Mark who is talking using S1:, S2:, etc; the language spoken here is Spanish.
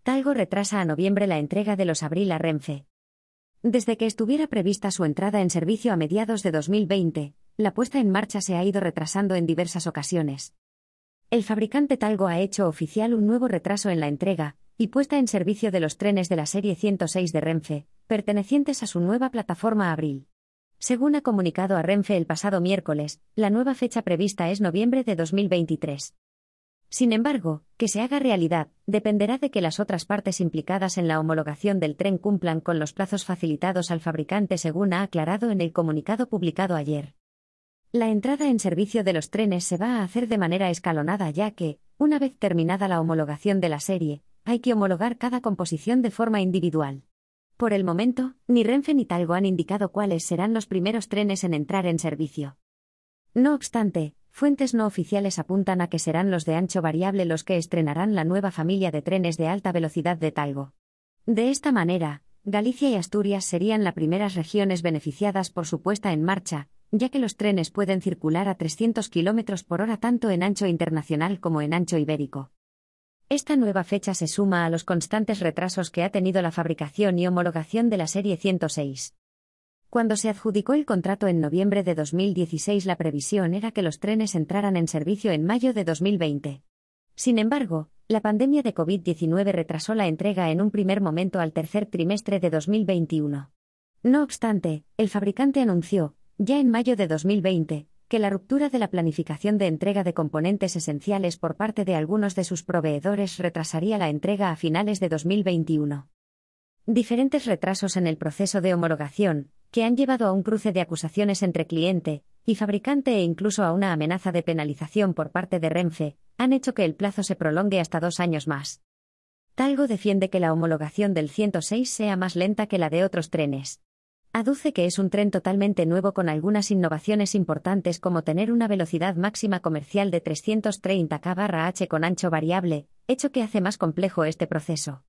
S1: Talgo retrasa a noviembre la entrega de los Abril a Renfe. Desde que estuviera prevista su entrada en servicio a mediados de 2020, la puesta en marcha se ha ido retrasando en diversas ocasiones. El fabricante Talgo ha hecho oficial un nuevo retraso en la entrega y puesta en servicio de los trenes de la serie 106 de Renfe, pertenecientes a su nueva plataforma Abril. Según ha comunicado a Renfe el pasado miércoles, la nueva fecha prevista es noviembre de 2023. Sin embargo, que se haga realidad, dependerá de que las otras partes implicadas en la homologación del tren cumplan con los plazos facilitados al fabricante, según ha aclarado en el comunicado publicado ayer. La entrada en servicio de los trenes se va a hacer de manera escalonada, ya que, una vez terminada la homologación de la serie, hay que homologar cada composición de forma individual. Por el momento, ni Renfe ni Talgo han indicado cuáles serán los primeros trenes en entrar en servicio. No obstante, fuentes no oficiales apuntan a que serán los de ancho variable los que estrenarán la nueva familia de trenes de alta velocidad de Talgo. De esta manera, Galicia y Asturias serían las primeras regiones beneficiadas por su puesta en marcha, ya que los trenes pueden circular a 300 km por hora tanto en ancho internacional como en ancho ibérico. Esta nueva fecha se suma a los constantes retrasos que ha tenido la fabricación y homologación de la serie 106. Cuando se adjudicó el contrato en noviembre de 2016, la previsión era que los trenes entraran en servicio en mayo de 2020. Sin embargo, la pandemia de COVID-19 retrasó la entrega en un primer momento al tercer trimestre de 2021. No obstante, el fabricante anunció, ya en mayo de 2020, que la ruptura de la planificación de entrega de componentes esenciales por parte de algunos de sus proveedores retrasaría la entrega a finales de 2021. Diferentes retrasos en el proceso de homologación, que han llevado a un cruce de acusaciones entre cliente y fabricante e incluso a una amenaza de penalización por parte de Renfe, han hecho que el plazo se prolongue hasta 2 años más. Talgo defiende que la homologación del 106 sea más lenta que la de otros trenes. Aduce que es un tren totalmente nuevo con algunas innovaciones importantes como tener una velocidad máxima comercial de 330 km/h con ancho variable, hecho que hace más complejo este proceso.